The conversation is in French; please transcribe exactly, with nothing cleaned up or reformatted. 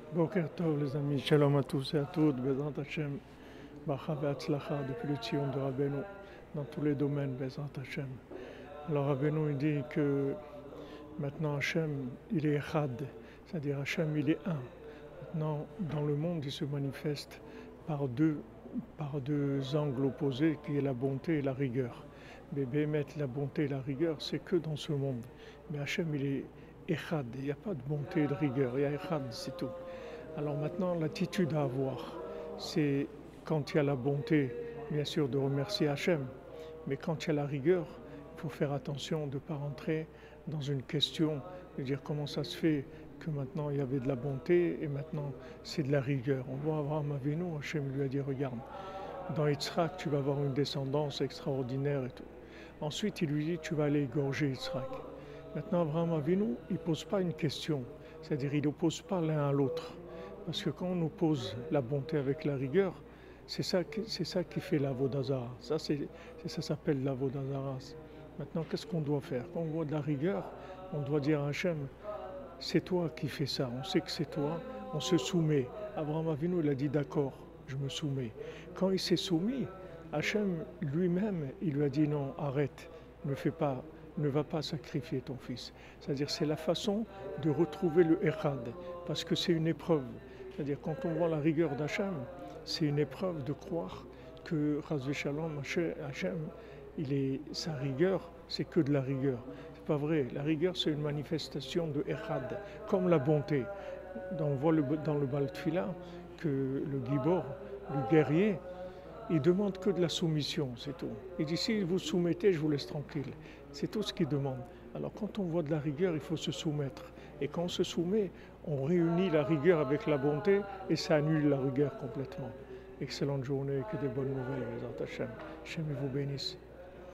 Boker Tov les amis, shalom à tous et à toutes, Bezrat Hashem, Bracha ve'atzlacha depuis le Tzion de Rabbeinu, dans tous les domaines, Bezrat Hashem. Alors Rabbeinu il dit que maintenant Hashem il est Echad, c'est-à-dire Hashem il est un. Maintenant dans le monde il se manifeste par deux, par deux angles opposés qui est la bonté et la rigueur. Mais Bémet, la bonté et la rigueur c'est que dans ce monde. Mais Hashem il est Echad, il n'y a pas de bonté et de rigueur, il y a Echad, c'est tout. Alors maintenant, l'attitude à avoir, c'est quand il y a la bonté, bien sûr, de remercier Hachem, mais quand il y a la rigueur, il faut faire attention de ne pas rentrer dans une question de dire comment ça se fait que maintenant il y avait de la bonté et maintenant c'est de la rigueur. On voit Abraham Avinu, Hachem lui a dit regarde, dans Yitzhak tu vas avoir une descendance extraordinaire et tout. Ensuite il lui dit tu vas aller égorger Yitzhak. Maintenant Abraham Avinu, il ne pose pas une question, c'est-à-dire il n'oppose pas l'un à l'autre. Parce que quand on oppose la bonté avec la rigueur, c'est ça, c'est ça qui fait l'avodazara. Ça, c'est, ça s'appelle l'avodazara. Maintenant, qu'est-ce qu'on doit faire? Quand on voit de la rigueur, on doit dire à Hachem, c'est toi qui fais ça, on sait que c'est toi, on se soumet. Abraham Avinu, il a dit d'accord, je me soumets. Quand il s'est soumis, Hachem lui-même, il lui a dit non, arrête, ne fais pas, ne va pas sacrifier ton fils. C'est-à-dire c'est la façon de retrouver le Echad, parce que c'est une épreuve. C'est-à-dire quand on voit la rigueur d'Hachem, c'est une épreuve de croire que Chas Shalom, Hachem, il est, sa rigueur, c'est que de la rigueur. C'est pas vrai. La rigueur, c'est une manifestation de Echad, comme la bonté. On voit le, dans le Baal Tfila que le Gibor, le guerrier, il demande que de la soumission, c'est tout. Il dit si vous soumettez, je vous laisse tranquille. C'est tout ce qu'il demande. Alors quand on voit de la rigueur, il faut se soumettre. Et quand on se soumet, on réunit la rigueur avec la bonté et ça annule la rigueur complètement. Excellente journée, que des bonnes nouvelles, les Hachem. Hachem vous bénisse.